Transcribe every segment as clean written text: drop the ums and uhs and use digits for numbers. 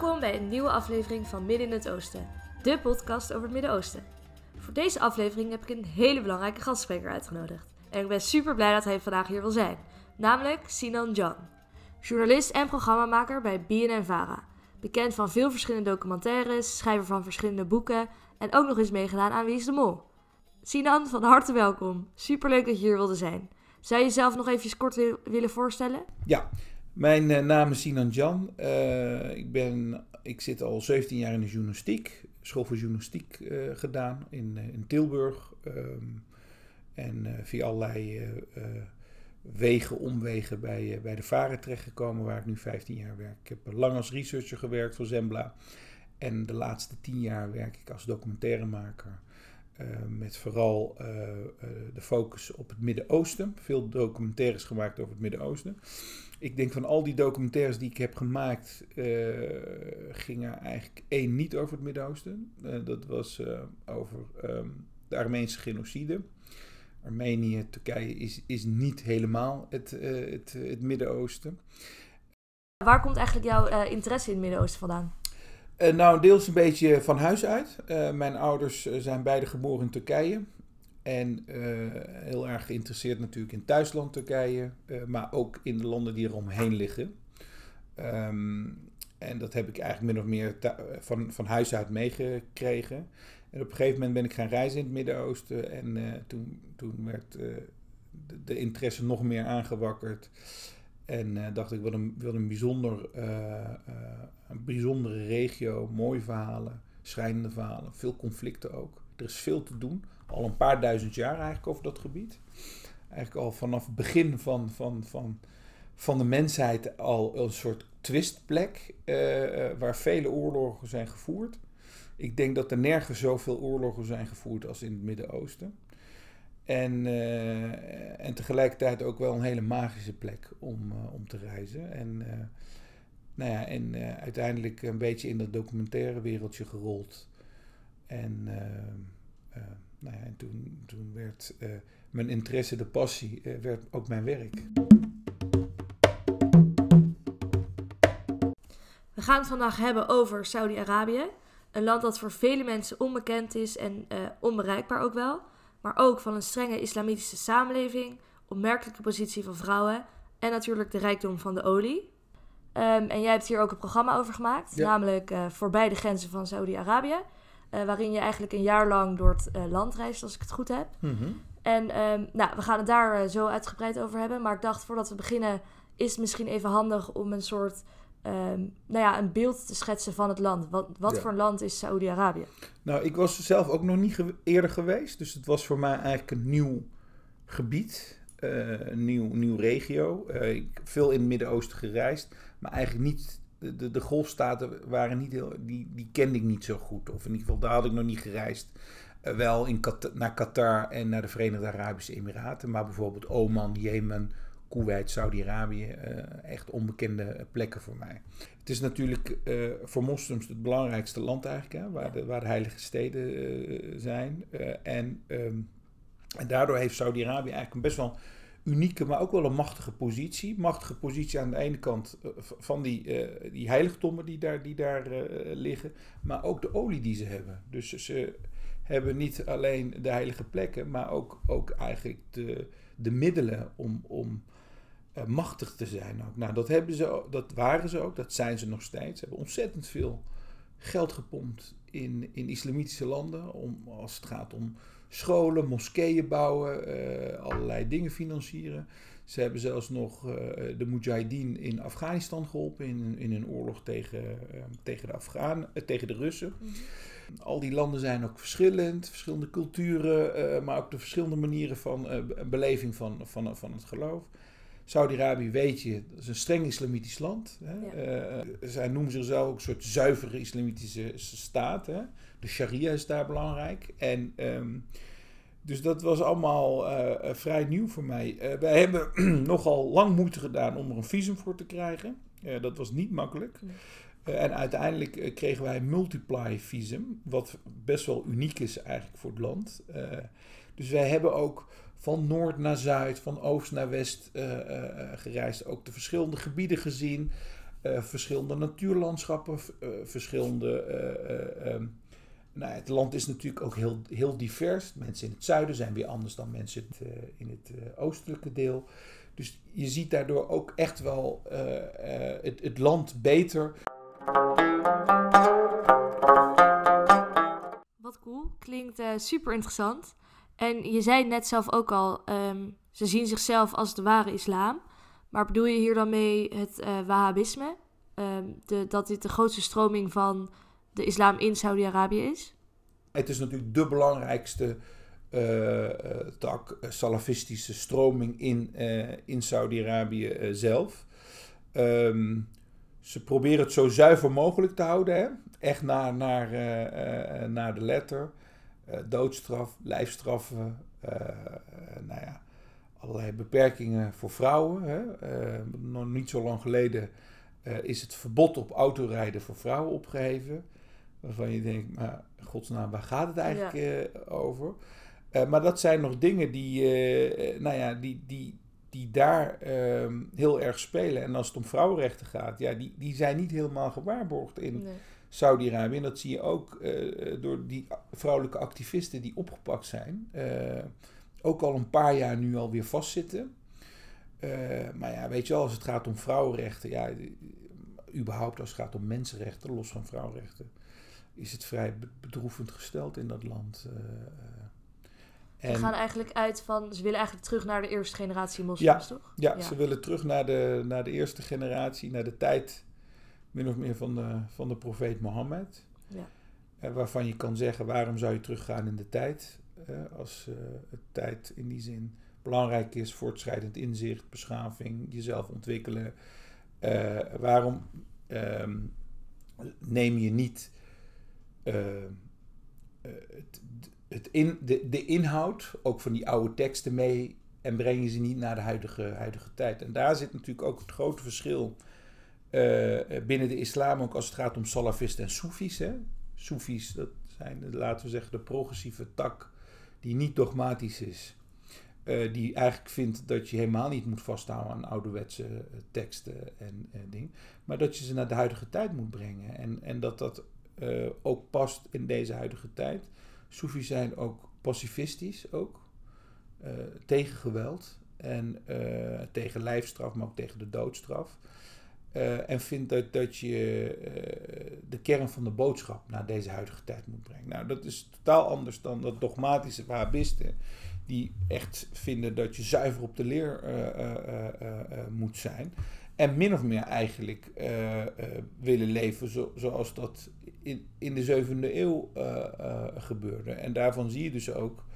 Welkom bij een nieuwe aflevering van Midden in het Oosten, de podcast over het Midden-Oosten. Voor deze aflevering heb ik een hele belangrijke gastspreker uitgenodigd. En ik ben super blij dat hij vandaag hier wil zijn, namelijk Sinan Can. Journalist en programmamaker bij BNN-Vara. Bekend van veel verschillende documentaires, schrijver van verschillende boeken en ook nog eens meegedaan aan Wie is de Mol. Sinan, van harte welkom. Superleuk dat je hier wilde zijn. Zou je jezelf nog eventjes kort willen voorstellen? Ja, mijn naam is Sinan Can. Ik zit al 17 jaar in de journalistiek. School voor journalistiek gedaan in Tilburg. En via allerlei omwegen bij de Vara terechtgekomen, waar ik nu 15 jaar werk. Ik heb lang als researcher gewerkt voor Zembla. En de laatste 10 jaar werk ik als documentairemaker. Met vooral de focus op het Midden-Oosten. Veel documentaires gemaakt over het Midden-Oosten. Ik denk van al die documentaires die ik heb gemaakt, gingen eigenlijk één niet over het Midden-Oosten. Dat was over de Armeense genocide. Armenië, Turkije is niet helemaal het Midden-Oosten. Waar komt eigenlijk jouw interesse in het Midden-Oosten vandaan? Nou, deels een beetje van huis uit. Mijn ouders zijn beide geboren in Turkije. En heel erg geïnteresseerd natuurlijk in thuisland Turkije. Maar ook in de landen die er omheen liggen. En dat heb ik eigenlijk min of meer van huis uit meegekregen. En op een gegeven moment ben ik gaan reizen in het Midden-Oosten. En toen werd de interesse nog meer aangewakkerd. En dacht ik, wat een bijzondere regio, mooie verhalen, schrijnende verhalen, veel conflicten ook. Er is veel te doen, al een paar duizend jaar eigenlijk over dat gebied. Eigenlijk al vanaf het begin van de mensheid al een soort twistplek, waar vele oorlogen zijn gevoerd. Ik denk dat er nergens zoveel oorlogen zijn gevoerd als in het Midden-Oosten. En tegelijkertijd ook wel een hele magische plek om te reizen. En uiteindelijk een beetje in dat documentaire wereldje gerold. En toen werd mijn interesse, de passie, werd ook mijn werk. We gaan het vandaag hebben over Saudi-Arabië. Een land dat voor vele mensen onbekend is en onbereikbaar ook wel. Maar ook van een strenge islamitische samenleving, opmerkelijke positie van vrouwen en natuurlijk de rijkdom van de olie. En jij hebt hier ook een programma over gemaakt, namelijk Voorbij de grenzen van Saudi-Arabië. Waarin je eigenlijk een jaar lang door het land reist, als ik het goed heb. Mm-hmm. En we gaan het daar zo uitgebreid over hebben. Maar ik dacht, voordat we beginnen, is het misschien even handig om een soort een beeld te schetsen van het land. Wat voor een land is Saudi-Arabië? Nou, ik was zelf ook nog niet eerder geweest. Dus het was voor mij eigenlijk een nieuw gebied. Een nieuw regio. Ik heb veel in het Midden-Oosten gereisd. Maar eigenlijk niet. De golfstaten waren niet heel. Die kende ik niet zo goed. Of in ieder geval, daar had ik nog niet gereisd. Wel naar Qatar en naar de Verenigde Arabische Emiraten. Maar bijvoorbeeld Oman, Jemen, Kuwait, Saudi-Arabië, echt onbekende plekken voor mij. Het is natuurlijk voor moslims het belangrijkste land eigenlijk, hè, waar de heilige steden zijn. En daardoor heeft Saudi-Arabië eigenlijk een best wel unieke, maar ook wel een machtige positie. Machtige positie aan de ene kant van die heiligdommen die daar liggen, maar ook de olie die ze hebben. Dus ze hebben niet alleen de heilige plekken, maar ook eigenlijk de middelen om machtig te zijn ook. Nou, dat waren ze ook, dat zijn ze nog steeds. Ze hebben ontzettend veel geld gepompt in islamitische landen, als het gaat om scholen, moskeeën bouwen, allerlei dingen financieren. Ze hebben zelfs nog de Mujahideen in Afghanistan geholpen in een oorlog tegen de Russen. Mm-hmm. Al die landen zijn ook verschillende culturen, maar ook de verschillende manieren van beleving van het geloof. Saudi-Arabië, weet je, dat is een streng islamitisch land. Hè? Ja. Zij noemen zichzelf ook een soort zuivere islamitische staat. Hè? De sharia is daar belangrijk. En dus dat was allemaal vrij nieuw voor mij. Wij hebben nogal lang moeite gedaan om er een visum voor te krijgen. Dat was niet makkelijk. Nee. En uiteindelijk kregen wij een multiply visum, wat best wel uniek is eigenlijk voor het land. Dus wij hebben ook van noord naar zuid, van oost naar west gereisd. Ook de verschillende gebieden gezien. verschillende natuurlandschappen, het land is natuurlijk ook heel, heel divers. Mensen in het zuiden zijn weer anders dan mensen in het oostelijke deel. Dus je ziet daardoor ook echt wel het land beter. Wat cool, klinkt super interessant. En je zei net zelf ook al, ze zien zichzelf als de ware islam. Maar bedoel je hier dan mee het Wahhabisme? Dat dit de grootste stroming van de islam in Saudi-Arabië is? Het is natuurlijk de belangrijkste salafistische stroming in Saudi-Arabië zelf. Ze proberen het zo zuiver mogelijk te houden. Hè? Echt naar de letter. Doodstraf, lijfstraffen. Allerlei beperkingen voor vrouwen. Hè? Nog niet zo lang geleden is het verbod op autorijden voor vrouwen opgeheven. Waarvan je denkt, maar godsnaam, waar gaat het eigenlijk over? Maar dat zijn nog dingen die daar heel erg spelen. En als het om vrouwenrechten gaat, die zijn niet helemaal gewaarborgd in Saudi-Arabië. En dat zie je ook door die vrouwelijke activisten die opgepakt zijn. Ook al een paar jaar nu alweer vastzitten. Maar weet je wel, als het gaat om vrouwenrechten, überhaupt als het gaat om mensenrechten, los van vrouwenrechten, is het vrij bedroevend gesteld in dat land. Ze gaan eigenlijk uit van, ze willen eigenlijk terug naar de eerste generatie moslims, toch? Ja, ze willen terug naar de eerste generatie, naar de tijd min of meer van de profeet Mohammed. Ja. Waarvan je kan zeggen, waarom zou je teruggaan in de tijd? Als het tijd in die zin belangrijk is, voortschrijdend inzicht, beschaving, jezelf ontwikkelen. Waarom neem je niet de inhoud, ook van die oude teksten mee, en breng je ze niet naar de huidige tijd? En daar zit natuurlijk ook het grote verschil binnen de islam, ook als het gaat om salafisten en soefies. Soefies, dat zijn, laten we zeggen, de progressieve tak die niet dogmatisch is. Die eigenlijk vindt dat je helemaal niet moet vasthouden aan ouderwetse teksten en dingen. Maar dat je ze naar de huidige tijd moet brengen. En dat ook past in deze huidige tijd. Soefies zijn ook pacifistisch, tegen geweld. En tegen lijfstraf, maar ook tegen de doodstraf. En vindt dat je de kern van de boodschap naar deze huidige tijd moet brengen. Nou, dat is totaal anders dan dat dogmatische Wahhabisten, die echt vinden dat je zuiver op de leer moet zijn. En min of meer eigenlijk willen leven zoals dat in de 7e eeuw gebeurde. En daarvan zie je dus ook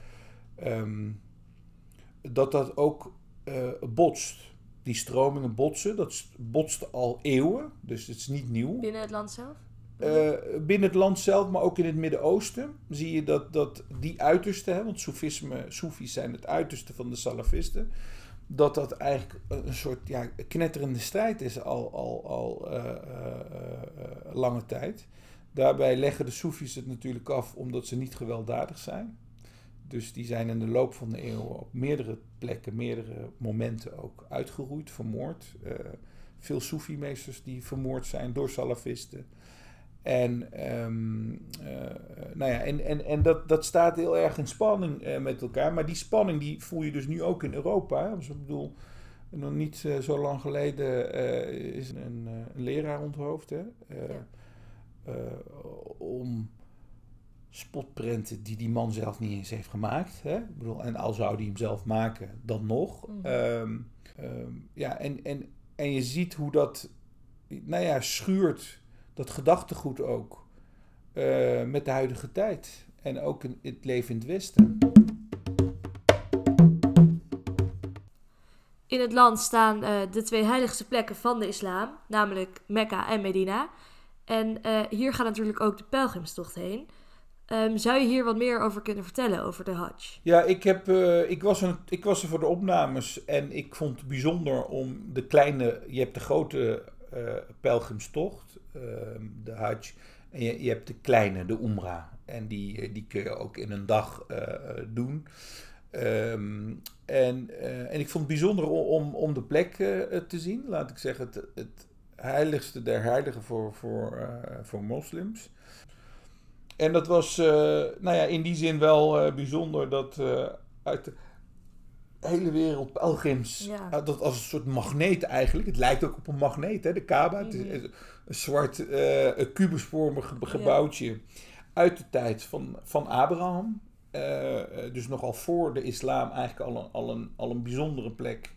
dat ook botst. Die stromingen botsen, dat botste al eeuwen, dus het is niet nieuw. Binnen het land zelf? Binnen het land zelf, maar ook in het Midden-Oosten zie je dat die uitersten, want soefies zijn het uiterste van de salafisten, dat eigenlijk een soort knetterende strijd is al lange tijd. Daarbij leggen de soefies het natuurlijk af omdat ze niet gewelddadig zijn. Dus die zijn in de loop van de eeuwen op meerdere plekken, meerdere momenten ook uitgeroeid, vermoord. Veel soefiemeesters die vermoord zijn door salafisten. En dat staat heel erg in spanning met elkaar. Maar die spanning die voel je dus nu ook in Europa. Hè? Dus ik bedoel, nog niet zo lang geleden is een leraar onthoofd. Hè? Om spotprenten die man zelf niet eens heeft gemaakt. Hè? Ik bedoel, en al zou die hem zelf maken, dan nog. Mm-hmm. En je ziet hoe dat schuurt, dat gedachtegoed ook, met de huidige tijd. En ook het leven in het Westen. In het land staan de 2 heiligste plekken van de islam, namelijk Mekka en Medina. En hier gaat natuurlijk ook de pelgrimstocht heen. Zou je hier wat meer over kunnen vertellen, over de Hajj? Ja, ik was er voor de opnames en ik vond het bijzonder om de kleine... Je hebt de grote pelgrimstocht, de Hajj, en je hebt de kleine, de Umrah. En die kun je ook in een dag doen. En ik vond het bijzonder om de plek te zien. Laat ik zeggen, heiligste der heiligen voor moslims. En dat was in die zin wel bijzonder dat uit de hele wereld pelgrims, dat als een soort magneet eigenlijk, het lijkt ook op een magneet, hè, de Kaaba, het is een zwart kubusvormig gebouwtje uit de tijd van Abraham. Dus nogal voor de islam eigenlijk al een bijzondere plek.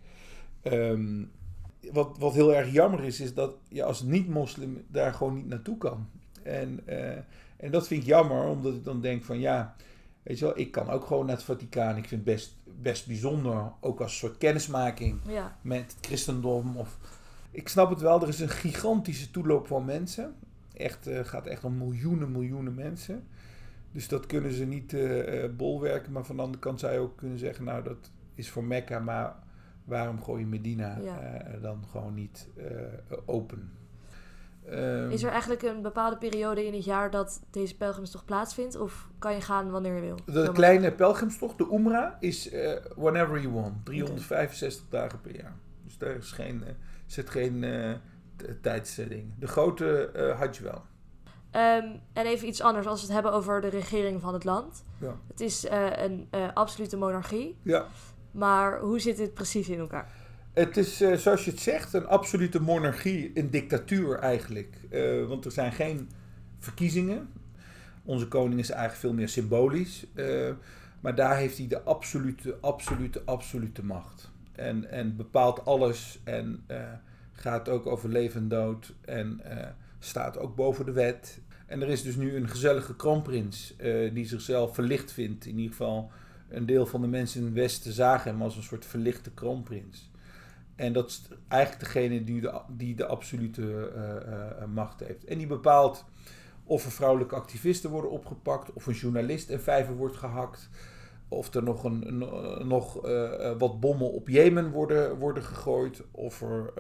Wat heel erg jammer is dat je als niet-moslim daar gewoon niet naartoe kan. En dat vind ik jammer, omdat ik dan denk van weet je wel, ik kan ook gewoon naar het Vaticaan. Ik vind het best bijzonder, ook als een soort kennismaking met het christendom. Ik snap het wel, er is een gigantische toeloop van mensen. Gaat echt om miljoenen mensen. Dus dat kunnen ze niet bolwerken. Maar van de andere kant zou je ook kunnen zeggen, nou dat is voor Mekka, maar waarom gooi je Medina dan gewoon niet open? Is er eigenlijk een bepaalde periode in het jaar dat deze pelgrimstocht plaatsvindt? Of kan je gaan wanneer je wil? De kleine pelgrimstocht, de Umrah, is whenever you want. 365 dagen per jaar. Dus daar zit geen tijdsding. De grote Hajj wel. En even iets anders als we het hebben over de regering van het land. Ja. Het is een absolute monarchie. Ja. Maar hoe zit dit precies in elkaar? Het is, zoals je het zegt, een absolute monarchie, een dictatuur eigenlijk. Want er zijn geen verkiezingen. Onze koning is eigenlijk veel meer symbolisch. Maar daar heeft hij de absolute macht. En bepaalt alles en gaat ook over leven en dood en staat ook boven de wet. En er is dus nu een gezellige kroonprins die zichzelf verlicht vindt. In ieder geval een deel van de mensen in het Westen zagen hem als een soort verlichte kroonprins. En dat is eigenlijk degene die de absolute macht heeft. En die bepaalt of er vrouwelijke activisten worden opgepakt, of een journalist in vijver wordt gehakt, of er nog wat bommen op Jemen worden gegooid, of er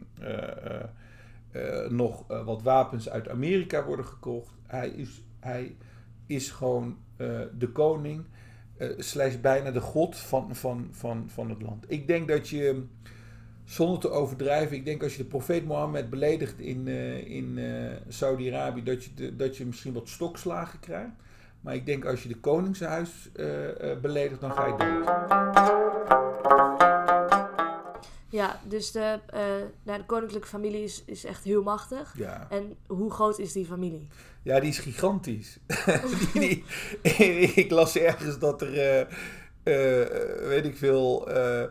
nog wat wapens uit Amerika worden gekocht. Hij is gewoon de koning, / bijna de god van het land. Ik denk dat je, zonder te overdrijven, ik denk als je de profeet Mohammed beledigt in Saudi-Arabië, dat je misschien wat stokslagen krijgt. Maar ik denk als je de koningshuis beledigt, dan ga je dood. Ja, dus de koninklijke familie is echt heel machtig. Ja. En hoe groot is die familie? Ja, die is gigantisch. Ik las ergens dat er, weet ik veel,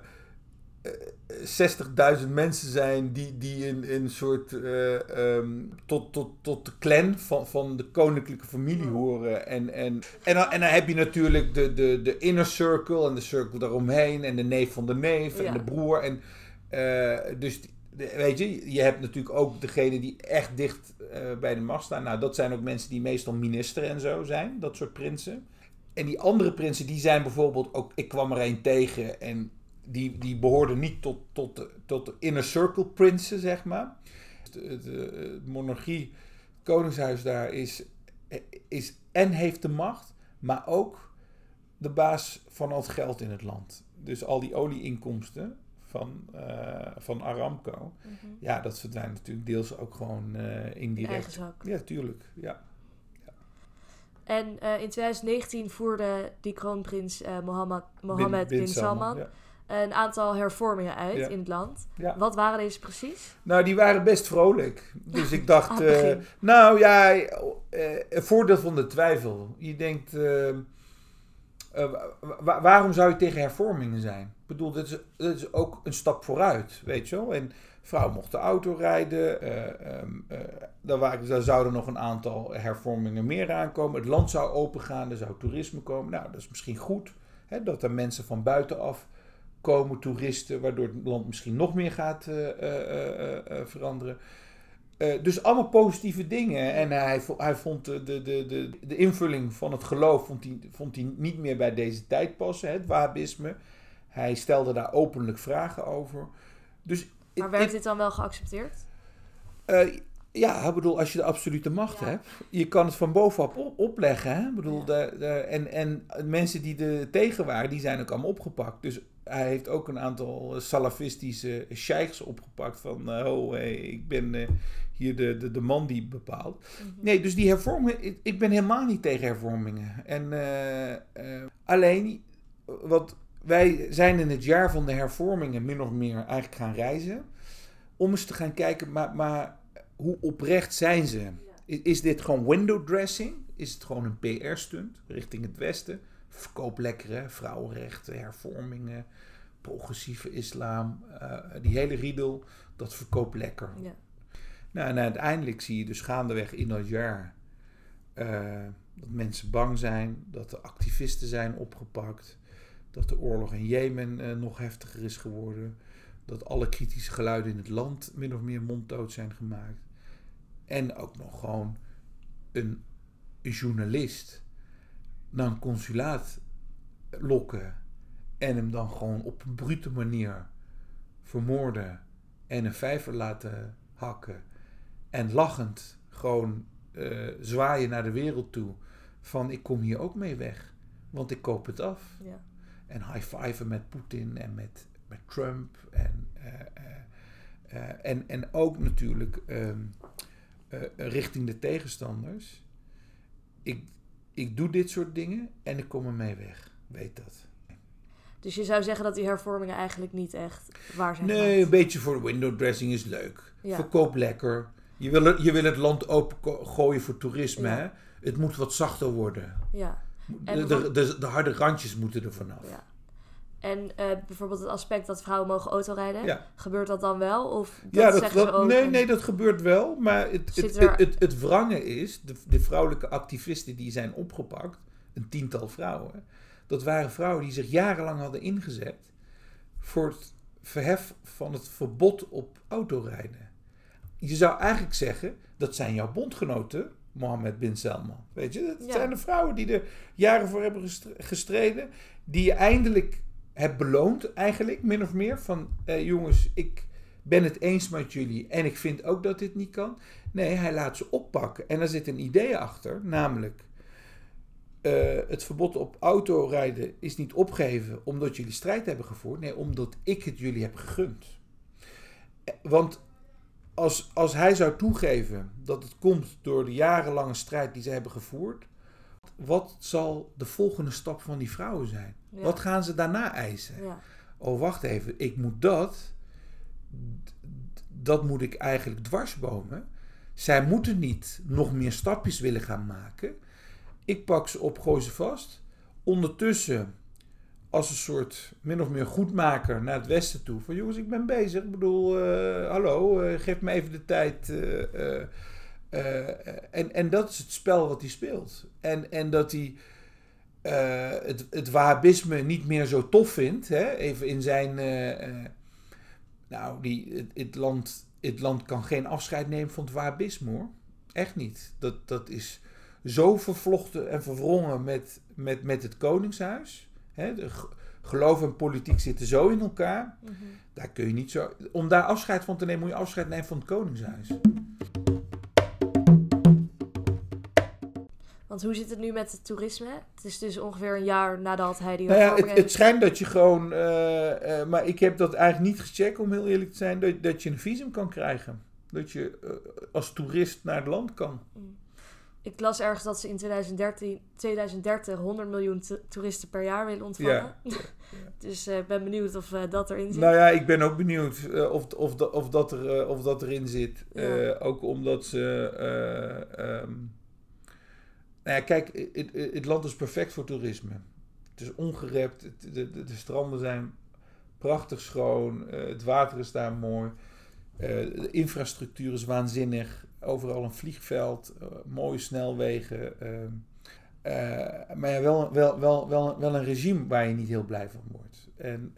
60.000 mensen zijn die in een soort tot de clan van de koninklijke familie horen. En dan heb je natuurlijk de inner circle en de circle daaromheen en de neef van de neef en de broer. En dus weet je hebt natuurlijk ook degene die echt dicht bij de macht staan. Nou, dat zijn ook mensen die meestal minister en zo zijn, dat soort prinsen. En die andere prinsen, die zijn bijvoorbeeld ook, ik kwam er een tegen en die behoorden niet tot de inner circle prinsen, zeg maar. De monarchie, het koningshuis daar is en heeft de macht, maar ook de baas van al het geld in het land. Dus al die olieinkomsten van Aramco, ja, dat verdwijnt natuurlijk deels ook gewoon indirect. Eigen zak. Ja, tuurlijk, ja. En in 2019 voerde die kroonprins Mohammed bin Salman een aantal hervormingen uit in het land. Ja. Wat waren deze precies? Nou, die waren best vrolijk. Dus ik dacht, een voordeel van de twijfel. Je denkt, waarom zou je tegen hervormingen zijn? Ik bedoel, dat is ook een stap vooruit, weet je wel. En vrouwen mochten auto rijden. Daar zouden nog een aantal hervormingen meer aankomen. Het land zou opengaan, er zou toerisme komen. Nou, dat is misschien goed, hè, dat er mensen van buitenaf komen, toeristen, waardoor het land misschien nog meer gaat veranderen. Dus allemaal positieve dingen. En hij vond de invulling van het geloof vond hij niet meer bij deze tijd passen, het wahhabisme. Hij stelde daar openlijk vragen over. Dus maar werd dit dan wel geaccepteerd? Ja, ik bedoel, als je de absolute macht hebt, je kan het van bovenaf opleggen. Hè? Ik bedoel, en mensen die er tegen waren, die zijn ook allemaal opgepakt. Dus hij heeft ook een aantal salafistische sheikhs opgepakt. Van, ik ben hier de man die bepaalt. Mm-hmm. Nee, dus die hervormingen... Ik ben helemaal niet tegen hervormingen. En alleen, wij zijn in het jaar van de hervormingen min of meer eigenlijk gaan reizen. Om eens te gaan kijken, maar hoe oprecht zijn ze? Is dit gewoon window dressing? Is het gewoon een PR-stunt richting het Westen? Verkoop lekkere vrouwenrechten, hervormingen, progressieve islam. Die hele riedel, dat verkoopt lekker. Ja. Nou, en uiteindelijk zie je dus gaandeweg in dat jaar dat mensen bang zijn, dat de activisten zijn opgepakt, dat de oorlog in Jemen nog heftiger is geworden, dat alle kritische geluiden in het land min of meer monddood zijn gemaakt. En ook nog gewoon een journalist naar een consulaat lokken en hem dan gewoon op een brute manier vermoorden en een vijver laten hakken en lachend gewoon zwaaien naar de wereld toe van ik kom hier ook mee weg, want ik koop het af. Ja. En high-fiven met Poetin en met Trump en ook natuurlijk richting de tegenstanders. Ik doe dit soort dingen en ik kom ermee weg. Weet dat. Dus je zou zeggen dat die hervormingen eigenlijk niet echt waar zijn? Nee, een beetje voor window dressing is leuk. Ja. Verkoop lekker. Je wil het land opengooien voor toerisme. Ja. Hè? Het moet wat zachter worden. Ja. De harde randjes moeten er vanaf. Ja. En bijvoorbeeld het aspect dat vrouwen mogen autorijden. Ja. Gebeurt dat dan wel? Of nee, dat gebeurt wel. Maar het wrange is, de vrouwelijke activisten die zijn opgepakt, een 10-tal vrouwen, dat waren vrouwen die zich jarenlang hadden ingezet voor het verhef van het verbod op autorijden. Je zou eigenlijk zeggen, dat zijn jouw bondgenoten, Mohammed bin Salman. Weet je, dat zijn de vrouwen die er jaren voor hebben gestreden, die je eindelijk hebt beloond eigenlijk, min of meer, van jongens, ik ben het eens met jullie en ik vind ook dat dit niet kan. Nee, hij laat ze oppakken. En daar zit een idee achter, namelijk het verbod op autorijden is niet opgeheven omdat jullie strijd hebben gevoerd. Nee, omdat ik het jullie heb gegund. Want als hij zou toegeven dat het komt door de jarenlange strijd die ze hebben gevoerd, wat zal de volgende stap van die vrouwen zijn? Ja. Wat gaan ze daarna eisen? Ja. Oh, wacht even, ik moet dat moet ik eigenlijk dwarsbomen. Zij moeten niet nog meer stapjes willen gaan maken. Ik pak ze op, gooi ze vast. Ondertussen, als een soort min of meer goedmaker naar het Westen toe. Van jongens, ik ben bezig. Ik bedoel, hallo, geef me even de tijd. En dat is het spel wat hij speelt. En dat hij het wahhabisme niet meer zo tof vindt. Hè? Even in zijn... het land kan geen afscheid nemen van het wahhabisme, hoor. Echt niet. Dat is zo vervlochten en verwrongen met het Koningshuis. Hè? Geloof en politiek zitten zo in elkaar. Mm-hmm. Daar kun je niet zo... Om daar afscheid van te nemen, moet je afscheid nemen van het Koningshuis. Want hoe zit het nu met het toerisme? Het is dus ongeveer een jaar nadat hij die... het schijnt dat je gewoon... maar ik heb dat eigenlijk niet gecheckt, om heel eerlijk te zijn, dat je een visum kan krijgen. Dat je als toerist naar het land kan. Ik las ergens dat ze in 2030 100 miljoen toeristen per jaar willen ontvangen. Ja. Dus ik ben benieuwd of dat erin zit. Nou ja, ik ben ook benieuwd of dat erin zit. Ja. Ook omdat ze... Nou ja, kijk, het land is perfect voor toerisme. Het is ongerept, de stranden zijn prachtig schoon, het water is daar mooi, de infrastructuur is waanzinnig, overal een vliegveld, mooie snelwegen. Maar ja, wel een regime waar je niet heel blij van wordt. En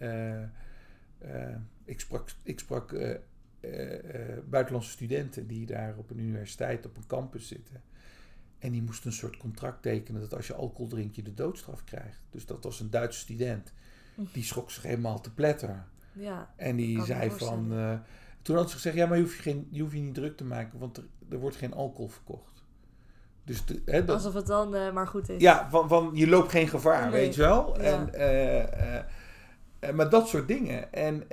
ik sprak buitenlandse studenten die daar op een universiteit, op een campus zitten. En die moest een soort contract tekenen dat als je alcohol drinkt je de doodstraf krijgt. Dus dat was een Duitse student. Die schrok zich helemaal te pletter. Ja, en die zei van... toen had ze gezegd, ja, maar je hoeft je niet druk te maken, want er wordt geen alcohol verkocht. Dus alsof het dan maar goed is. Ja, van je loopt geen gevaar, weet je wel. Ja. Maar dat soort dingen.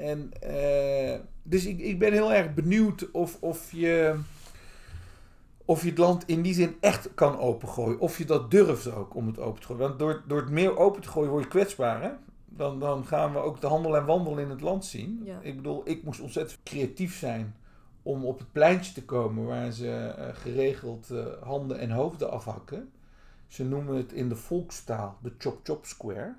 Dus ik ben heel erg benieuwd of je het land in die zin echt kan opengooien. Of je dat durft ook om het open te gooien. Want door het meer open te gooien word je kwetsbaar. Hè? Dan gaan we ook de handel en wandel in het land zien. Ja. Ik bedoel, ik moest ontzettend creatief zijn om op het pleintje te komen waar ze geregeld handen en hoofden afhakken. Ze noemen het in de volkstaal de Chop Chop Square.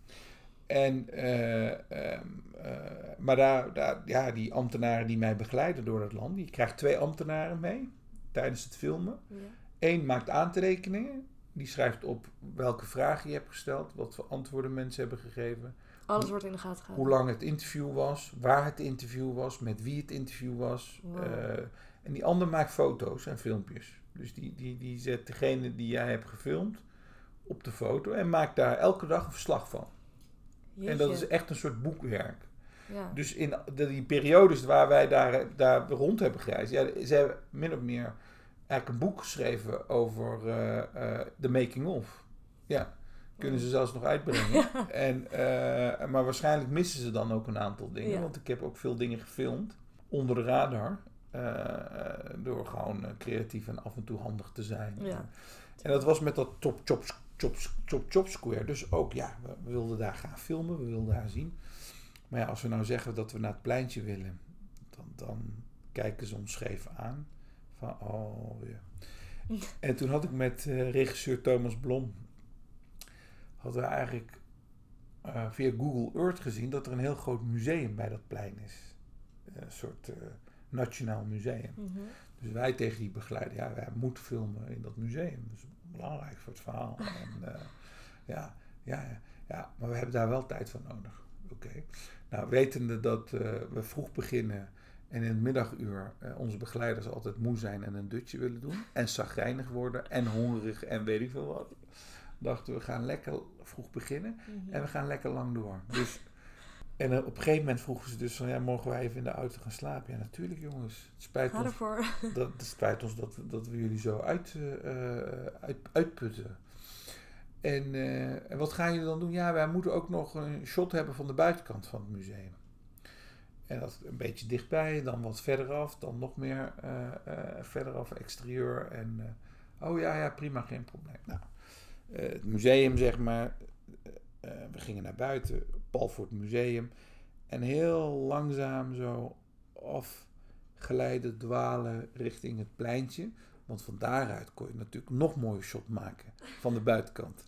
Maar die ambtenaren die mij begeleiden door het land, je krijgt 2 ambtenaren mee tijdens het filmen. Ja. 1 maakt aantekeningen, die schrijft op welke vragen je hebt gesteld, wat voor antwoorden mensen hebben gegeven. Alles wordt in de gaten gehouden. Hoe lang het interview was, waar het interview was, met wie het interview was. Wow. En die ander maakt foto's en filmpjes. Dus die zet degene die jij hebt gefilmd op de foto en maakt daar elke dag een verslag van. Jeetje. En dat is echt een soort boekwerk. Ja. Dus in die periodes waar wij daar rond hebben gereisd, ze hebben min of meer eigenlijk een boek geschreven over de making of. Ja, kunnen ze zelfs nog uitbrengen. Maar waarschijnlijk missen ze dan ook een aantal dingen, want ik heb ook veel dingen gefilmd onder de radar. Door gewoon creatief en af en toe handig te zijn. Ja. En dat was met dat Chop Square. Dus ook, we wilden daar gaan filmen, we wilden daar zien. Maar ja, als we nou zeggen dat we naar het pleintje willen, dan kijken ze ons scheef aan. Van, oh ja. En toen had ik met regisseur Thomas Blom, hadden we eigenlijk via Google Earth gezien dat er een heel groot museum bij dat plein is. Een soort nationaal museum. Mm-hmm. Dus wij tegen die begeleider, wij moeten filmen in dat museum. Dat is belangrijk voor het verhaal. Maar we hebben daar wel tijd voor nodig. Oké. Nou, wetende dat we vroeg beginnen en in het middaguur onze begeleiders altijd moe zijn en een dutje willen doen. En chagrijnig worden en hongerig en weet ik veel wat. Dachten we gaan lekker vroeg beginnen en we gaan lekker lang door. Dus, en op een gegeven moment vroegen ze dus van, mogen wij even in de auto gaan slapen? Ja, natuurlijk jongens. Het spijt ons dat we jullie zo uitputten. En wat gaan jullie dan doen? Ja, wij moeten ook nog een shot hebben van de buitenkant van het museum. En dat een beetje dichtbij, dan wat verderaf, dan nog meer verderaf, exterieur. En prima, geen probleem. Nou, het museum, zeg maar. We gingen naar buiten, pal voor het museum. En heel langzaam zo afgeleiden, dwalen richting het pleintje. Want van daaruit kon je natuurlijk nog mooier shot maken van de buitenkant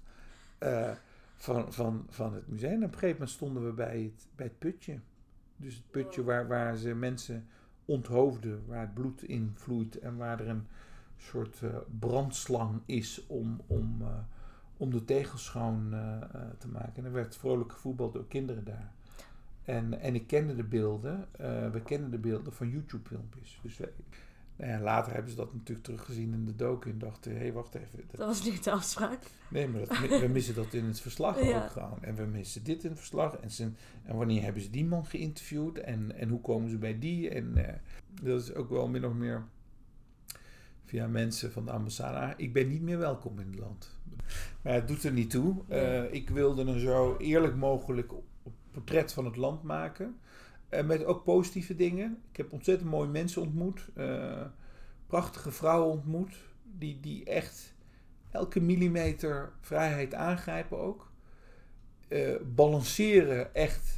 van het museum. En op een gegeven moment stonden we bij het putje. Dus het putje waar ze mensen onthoofden, waar het bloed in vloeit en waar er een soort brandslang is om de tegels schoon te maken. En er werd vrolijk gevoetbald door kinderen daar. En ik kende de beelden, we kenden de beelden van YouTube-filmpjes. Dus later hebben ze dat natuurlijk teruggezien in de docu en dachten, wacht even. Dat was niet de afspraak. Nee, maar we missen dat in het verslag ook gewoon. En we missen dit in het verslag. En wanneer hebben ze die man geïnterviewd? En hoe komen ze bij die? En dat is ook wel min of meer via mensen van de ambassade. Ik ben niet meer welkom in het land. Maar het doet er niet toe. Ik wilde een zo eerlijk mogelijk portret van het land maken. Met ook positieve dingen. Ik heb ontzettend mooie mensen ontmoet. Prachtige vrouwen ontmoet. Die echt elke millimeter vrijheid aangrijpen ook. Balanceren echt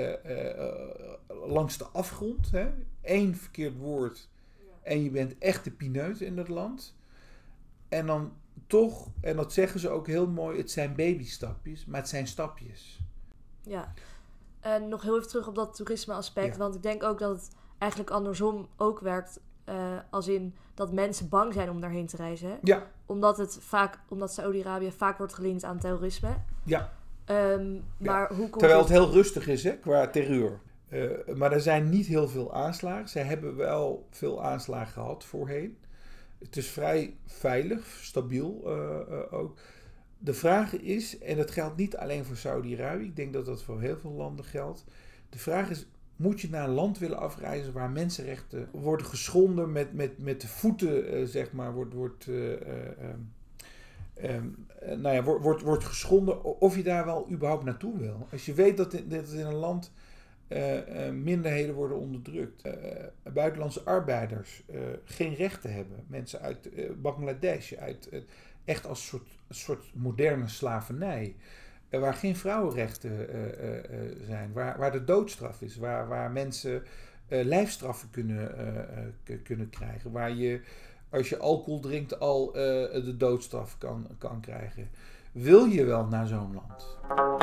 langs de afgrond. Hè? 1 verkeerd woord. En je bent echt de pineut in dat land. En dan toch, en dat zeggen ze ook heel mooi, het zijn babystapjes, maar het zijn stapjes. Ja. En nog heel even terug op dat toerisme aspect. Ja. Want ik denk ook dat het eigenlijk andersom ook werkt. Als in dat mensen bang zijn om daarheen te reizen. Hè? Ja. Omdat Saudi-Arabië vaak wordt gelinkt aan terrorisme. Ja. Maar hoe komt terwijl het heel rustig is, hè, qua terreur. Maar er zijn niet heel veel aanslagen. Zij hebben wel veel aanslagen gehad voorheen. Het is vrij veilig, stabiel ook. De vraag is, en dat geldt niet alleen voor Saudi-Arabië, ik denk dat dat voor heel veel landen geldt. De vraag is, moet je naar een land willen afreizen waar mensenrechten worden geschonden met de voeten, zeg maar, wordt geschonden of je daar wel überhaupt naartoe wil. Als je weet dat in een land minderheden worden onderdrukt, buitenlandse arbeiders geen rechten hebben, mensen uit Bangladesh, echt als soort moderne slavernij, waar geen vrouwenrechten zijn, waar de doodstraf is, waar mensen lijfstraffen kunnen krijgen, waar je als je alcohol drinkt al de doodstraf kan krijgen. Wil je wel naar zo'n land?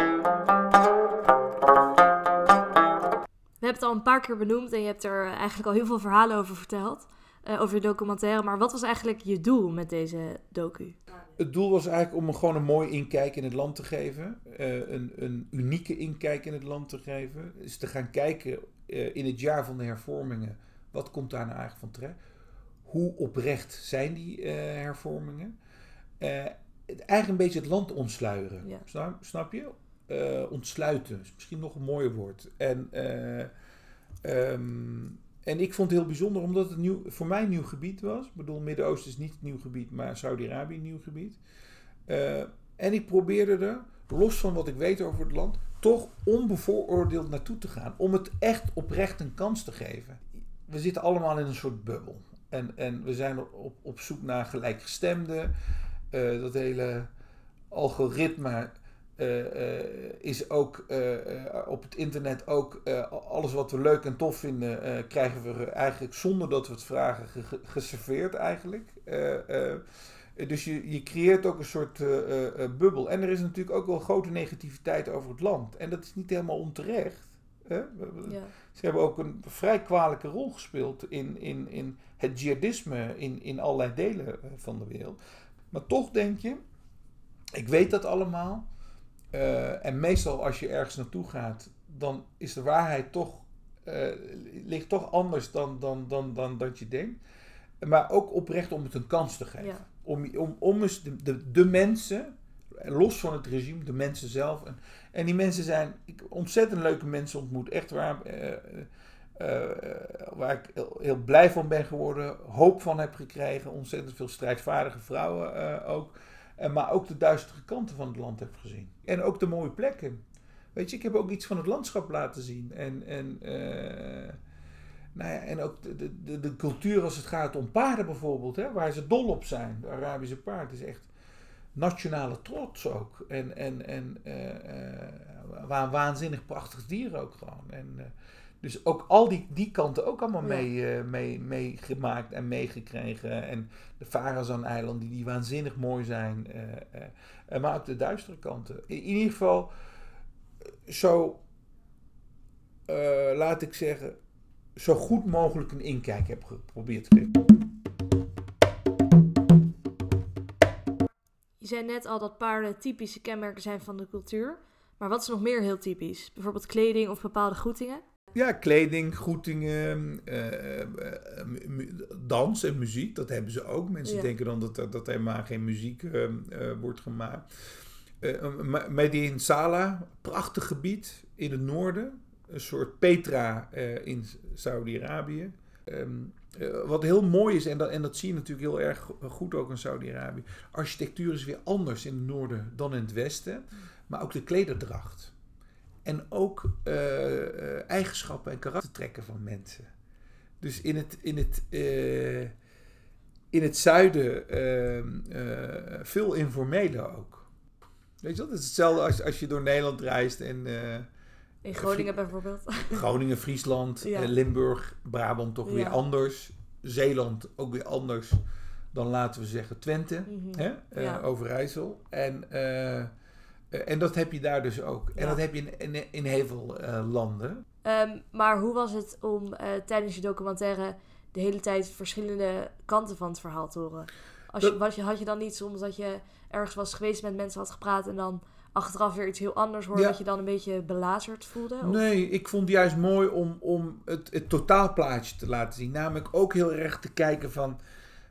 We hebben het al een paar keer benoemd en je hebt er eigenlijk al heel veel verhalen over verteld. Over je documentaire. Maar wat was eigenlijk je doel met deze docu? Het doel was eigenlijk om gewoon een mooi inkijk in het land te geven. Een unieke inkijk in het land te geven. Dus te gaan kijken in het jaar van de hervormingen. Wat komt daar nou eigenlijk van terecht? Hoe oprecht zijn die hervormingen? Eigenlijk een beetje het land ontsluieren. Ja. Snap je? Ontsluiten is misschien nog een mooier woord. En ik vond het heel bijzonder omdat het voor mij een nieuw gebied was. Ik bedoel, Midden-Oosten is niet een nieuw gebied, maar Saudi-Arabië een nieuw gebied. En ik probeerde er, los van wat ik weet over het land, toch onbevooroordeeld naartoe te gaan. Om het echt oprecht een kans te geven. We zitten allemaal in een soort bubbel. En we zijn op zoek naar gelijkgestemden. Dat hele algoritme is ook op het internet ook alles wat we leuk en tof vinden, krijgen we eigenlijk zonder dat we het vragen geserveerd eigenlijk. Dus je creëert ook een soort bubbel. En er is natuurlijk ook wel grote negativiteit over het land. En dat is niet helemaal onterecht. Ja. Ze hebben ook een vrij kwalijke rol gespeeld in het jihadisme in allerlei delen van de wereld. Maar toch denk je, ik weet dat allemaal. En meestal als je ergens naartoe gaat, dan is de waarheid toch, ligt toch anders dan dat je denkt. Maar ook oprecht om het een kans te geven. Ja. Om eens de mensen, los van het regime, de mensen zelf. En die mensen zijn ontzettend leuke mensen ontmoet. Echt waar ik heel blij van ben geworden. Hoop van heb gekregen. Ontzettend veel strijdvaardige vrouwen ook. Maar ook de duistere kanten van het land heb gezien. En ook de mooie plekken. Weet je, ik heb ook iets van het landschap laten zien. En ook de cultuur als het gaat om paarden bijvoorbeeld. Hè, waar ze dol op zijn. De Arabische paard is echt nationale trots ook. Waar een waanzinnig prachtig dier ook gewoon. Dus ook al die kanten ook allemaal meegemaakt en meegekregen. En de Farazan-eilanden die waanzinnig mooi zijn. Maar ook de duistere kanten. In ieder geval zo, laat ik zeggen, zo goed mogelijk een inkijk heb geprobeerd te geven. Je zei net al dat paarden typische kenmerken zijn van de cultuur. Maar wat is nog meer heel typisch? Bijvoorbeeld kleding of bepaalde groetingen? Ja, kleding, groetingen, dans en muziek, dat hebben ze ook. Mensen denken dan dat helemaal geen muziek wordt gemaakt. Medin Salah, prachtig gebied in het noorden. Een soort Petra in Saudi-Arabië. Wat heel mooi is, en dat zie je natuurlijk heel erg goed ook in Saudi-Arabië. Architectuur is weer anders in het noorden dan in het westen. Maar ook de klederdracht. En ook eigenschappen en karaktertrekken van mensen. Dus in het zuiden veel informele ook. Weet je, dat is hetzelfde als je door Nederland reist. In Groningen bijvoorbeeld. Groningen, Friesland, Limburg, Brabant toch weer anders. Zeeland ook weer anders dan, laten we zeggen, Twente, Overijssel. En dat heb je daar dus ook. En dat heb je in heel veel landen. Maar hoe was het om tijdens je documentaire de hele tijd verschillende kanten van het verhaal te horen? Had je dan niet soms dat je ergens was geweest, met mensen had gepraat en dan achteraf weer iets heel anders hoorde, dat je dan een beetje belazerd voelde? Of? Nee, ik vond het juist mooi om het totaalplaatje te laten zien. Namelijk ook heel erg te kijken van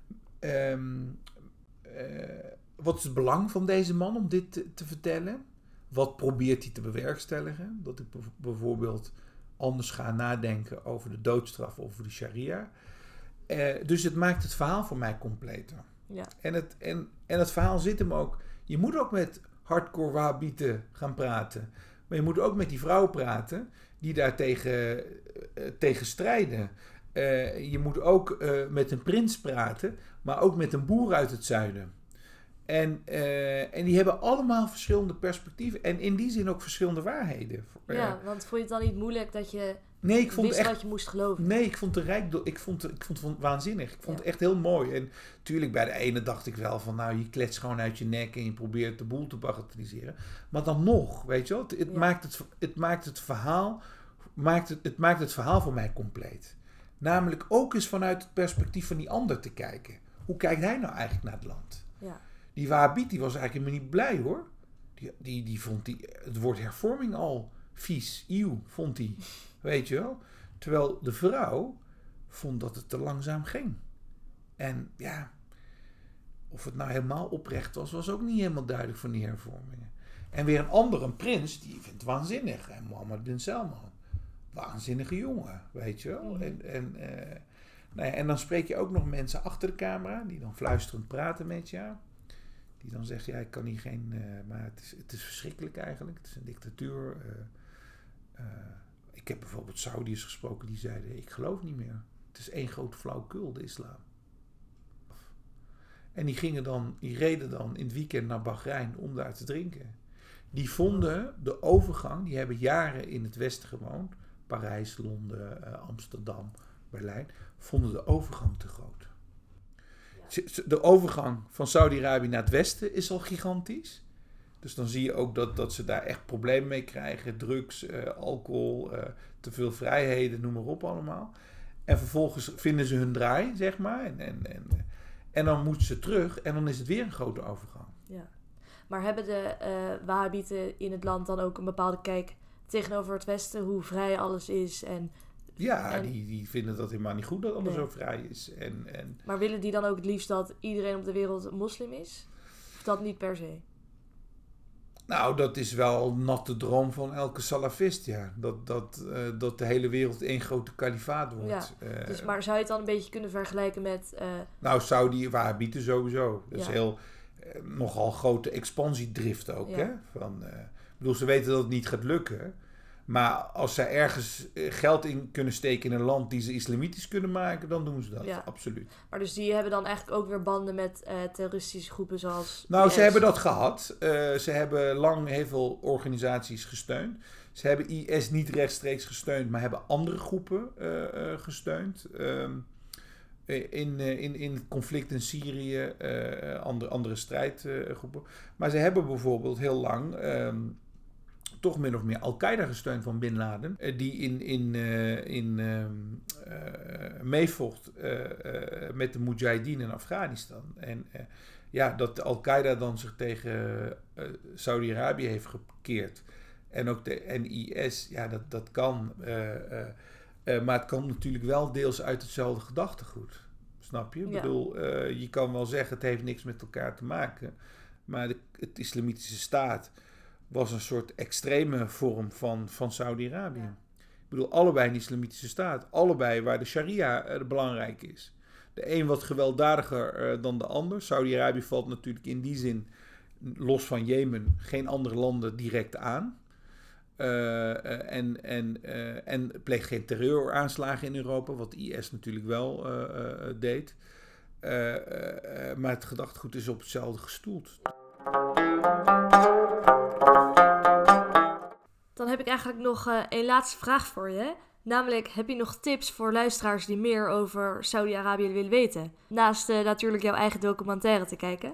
wat is het belang van deze man om dit te vertellen? Wat probeert hij te bewerkstelligen? Dat ik bijvoorbeeld anders ga nadenken over de doodstraf of over de sharia. Dus het maakt het verhaal voor mij completer. Ja. En het verhaal zit hem ook. Je moet ook met hardcore wahhabieten gaan praten. Maar je moet ook met die vrouwen praten die daar tegen strijden. Je moet ook met een prins praten, maar ook met een boer uit het zuiden. En die hebben allemaal verschillende perspectieven. En in die zin ook verschillende waarheden. Ja, want vond je het dan niet moeilijk dat je ik vond wist echt, wat je moest geloven? Nee, ik vond ik vond het waanzinnig. Ik vond het echt heel mooi. En natuurlijk bij de ene dacht ik wel van... nou, je klets gewoon uit je nek en je probeert de boel te bagatelliseren. Maar dan nog, weet je wel... Het maakt het verhaal voor mij compleet. Namelijk ook eens vanuit het perspectief van die ander te kijken. Hoe kijkt hij nou eigenlijk naar het land? Ja. Die wahhabit die was eigenlijk helemaal niet blij, hoor. Die vond het woord hervorming al vies, eeuw, vond hij. Weet je wel? Terwijl de vrouw vond dat het te langzaam ging. En ja, of het nou helemaal oprecht was ook niet helemaal duidelijk van die hervormingen. En weer een prins, die vindt het waanzinnig. En Mohammed bin Salman, waanzinnige jongen, weet je wel? En dan spreek je ook nog mensen achter de camera, die dan fluisterend praten met je. Die dan zeggen, ja, ik kan hier geen... maar het is verschrikkelijk eigenlijk. Het is een dictatuur. Ik heb bijvoorbeeld Saudis gesproken die zeiden, ik geloof niet meer. Het is één grote flauwekul, de islam. En die reden dan in het weekend naar Bahrein om daar te drinken. Die vonden de overgang, die hebben jaren in het Westen gewoond. Parijs, Londen, Amsterdam, Berlijn. Vonden de overgang te groot. De overgang van Saudi-Arabië naar het Westen is al gigantisch. Dus dan zie je ook dat ze daar echt problemen mee krijgen. Drugs, alcohol, te veel vrijheden, noem maar op allemaal. En vervolgens vinden ze hun draai, zeg maar. En dan moeten ze terug en dan is het weer een grote overgang. Ja. Maar hebben de wahhabieten in het land dan ook een bepaalde kijk tegenover het Westen? Hoe vrij alles is en... Ja, die vinden dat helemaal niet goed dat alles zo vrij is. Maar willen die dan ook het liefst dat iedereen op de wereld moslim is? Of dat niet per se? Nou, dat is wel een natte droom van elke salafist, ja. Dat de hele wereld één grote kalifaat wordt. Ja, maar zou je het dan een beetje kunnen vergelijken met... Nou, Saudi-Wahhabieten sowieso. Dat is heel nogal grote expansiedrift ook, hè. Ik bedoel, ze weten dat het niet gaat lukken. Maar als zij ergens geld in kunnen steken in een land die ze islamitisch kunnen maken, dan doen ze dat, absoluut. Maar dus die hebben dan eigenlijk ook weer banden met terroristische groepen zoals... Nou, IS. ze hebben dat gehad. Ze hebben lang heel veel organisaties gesteund. Ze hebben IS niet rechtstreeks gesteund, maar hebben andere groepen gesteund. In het conflict in Syrië, andere strijdgroepen. Maar ze hebben bijvoorbeeld heel lang... toch min of meer Al-Qaeda gesteund van Bin Laden, die meevocht met de Mujahideen in Afghanistan. En dat Al-Qaeda dan zich tegen Saudi-Arabië heeft gekeerd. En ook de IS, dat kan. Maar het komt natuurlijk wel deels uit hetzelfde gedachtegoed. Snap je? Ik bedoel, je kan wel zeggen het heeft niks met elkaar te maken. Maar het islamitische staat was een soort extreme vorm van Saudi-Arabië. Ja. Ik bedoel, allebei een islamitische staat. Allebei waar de sharia belangrijk is. De een wat gewelddadiger dan de ander. Saudi-Arabië valt natuurlijk in die zin, los van Jemen, geen andere landen direct aan. En pleegt geen terreuraanslagen in Europa, wat de IS natuurlijk wel deed. Maar het gedachtegoed is op hetzelfde gestoeld. Dan heb ik eigenlijk nog een laatste vraag voor je. Namelijk, heb je nog tips voor luisteraars die meer over Saudi-Arabië willen weten? Naast natuurlijk jouw eigen documentaire te kijken.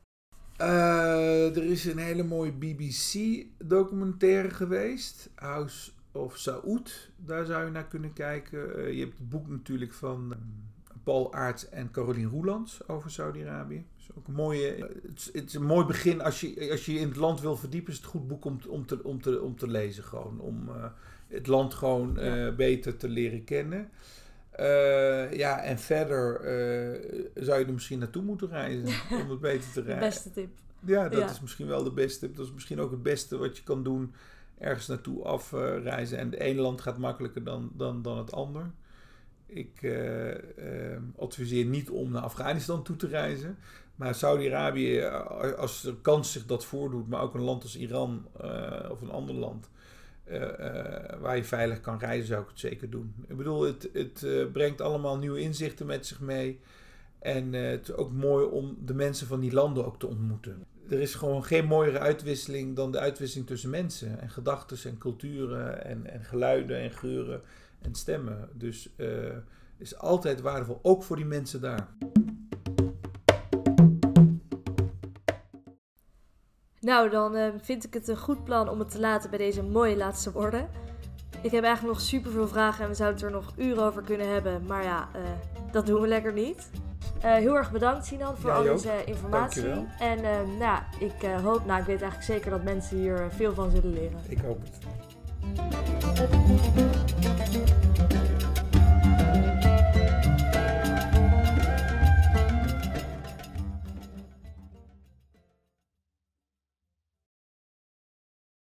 Er is een hele mooie BBC-documentaire geweest. House of Saud. Daar zou je naar kunnen kijken. Je hebt het boek natuurlijk van Paul Aerts en Caroline Roelands over Saudi-Arabië. Ook een mooie, het is een mooi begin. Als je in het land wil verdiepen, is het een goed boek om te lezen. Gewoon, om het land gewoon beter te leren kennen. En verder zou je er misschien naartoe moeten reizen om het beter te reizen. Beste tip. Ja, dat is misschien wel de beste tip. Dat is misschien ook het beste wat je kan doen. Ergens naartoe afreizen. En het ene land gaat makkelijker dan het ander. Ik adviseer niet om naar Afghanistan toe te reizen. Maar Saudi-Arabië, als de kans zich dat voordoet, maar ook een land als Iran of een ander land waar je veilig kan reizen, zou ik het zeker doen. Ik bedoel, het brengt allemaal nieuwe inzichten met zich mee. En het is ook mooi om de mensen van die landen ook te ontmoeten. Er is gewoon geen mooiere uitwisseling dan de uitwisseling tussen mensen. En gedachten en culturen en geluiden en geuren en stemmen. Dus is altijd waardevol, ook voor die mensen daar. Nou, dan vind ik het een goed plan om het te laten bij deze mooie laatste woorden. Ik heb eigenlijk nog superveel vragen en we zouden het er nog uren over kunnen hebben. Maar ja, dat doen we lekker niet. Heel erg bedankt, Sinan, voor al deze informatie. Dankjewel. En ik hoop, ik weet eigenlijk zeker dat mensen hier veel van zullen leren. Ik hoop het.